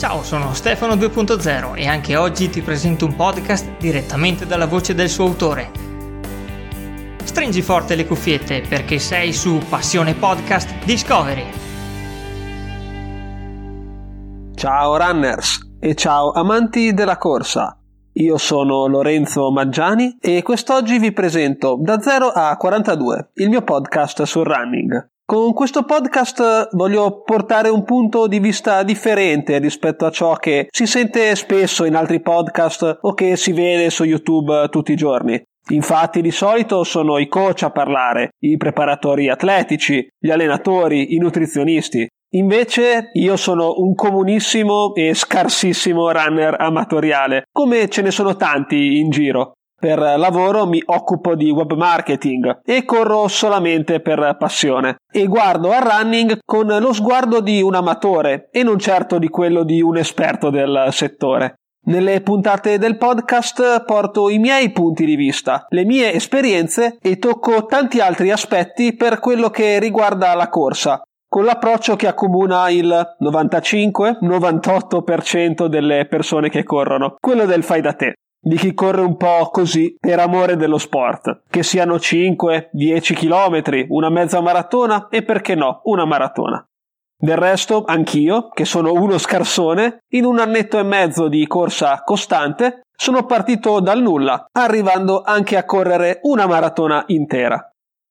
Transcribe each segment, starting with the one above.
Ciao, sono Stefano 2.0 e anche oggi ti presento un podcast direttamente dalla voce del suo autore. Stringi forte le cuffiette perché sei su Passione Podcast Discovery. Ciao runners e ciao amanti della corsa. Io sono Lorenzo Maggiani e quest'oggi vi presento Da 0 a 42, il mio podcast sul running. Con questo podcast voglio portare un punto di vista differente rispetto a ciò che si sente spesso in altri podcast o che si vede su YouTube tutti i giorni. Infatti di solito sono i coach a parlare, i preparatori atletici, gli allenatori, i nutrizionisti. Invece io sono un comunissimo e scarsissimo runner amatoriale, come ce ne sono tanti in giro. Per lavoro mi occupo di web marketing e corro solamente per passione. E guardo al running con lo sguardo di un amatore e non certo di quello di un esperto del settore. Nelle puntate del podcast porto i miei punti di vista, le mie esperienze e tocco tanti altri aspetti per quello che riguarda la corsa, con l'approccio che accomuna il 95-98% delle persone che corrono, quello del fai da te. Di chi corre un po' così per amore dello sport, che siano 5, 10 chilometri, una mezza maratona e perché no, una maratona. Del resto, anch'io, che sono uno scarsone, in un annetto e mezzo di corsa costante, sono partito dal nulla, arrivando anche a correre una maratona intera.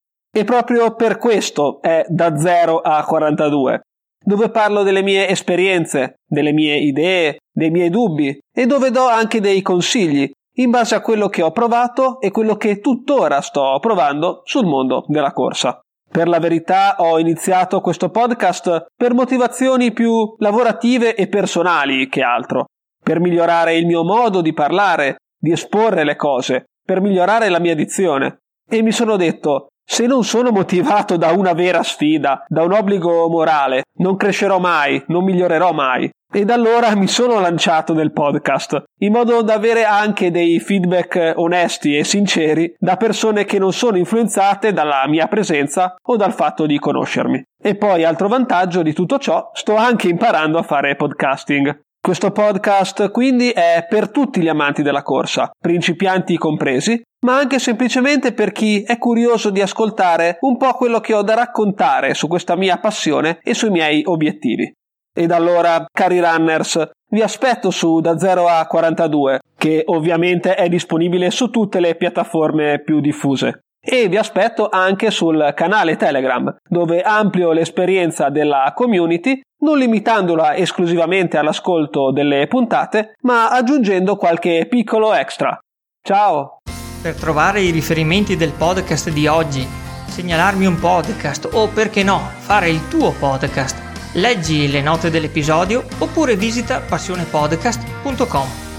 E proprio per questo è Da 0 a 42, dove parlo delle mie esperienze, delle mie idee, dei miei dubbi e dove do anche dei consigli in base a quello che ho provato e quello che tuttora sto provando sul mondo della corsa. Per la verità ho iniziato questo podcast per motivazioni più lavorative e personali che altro, per migliorare il mio modo di parlare, di esporre le cose, per migliorare la mia dizione. E mi sono detto: se non sono motivato da una vera sfida, da un obbligo morale, non crescerò mai, non migliorerò mai. E da allora mi sono lanciato nel podcast, in modo da avere anche dei feedback onesti e sinceri da persone che non sono influenzate dalla mia presenza o dal fatto di conoscermi. E poi, altro vantaggio di tutto ciò, sto anche imparando a fare podcasting. Questo podcast quindi è per tutti gli amanti della corsa, principianti compresi, ma anche semplicemente per chi è curioso di ascoltare un po' quello che ho da raccontare su questa mia passione e sui miei obiettivi. Ed allora, cari runners, vi aspetto su Da 0 a 42, che ovviamente è disponibile su tutte le piattaforme più diffuse. E vi aspetto anche sul canale Telegram, dove amplio l'esperienza della community, non limitandola esclusivamente all'ascolto delle puntate, ma aggiungendo qualche piccolo extra. Ciao! Per trovare i riferimenti del podcast di oggi, segnalarmi un podcast o, perché no, fare il tuo podcast, leggi le note dell'episodio oppure visita passionepodcast.com.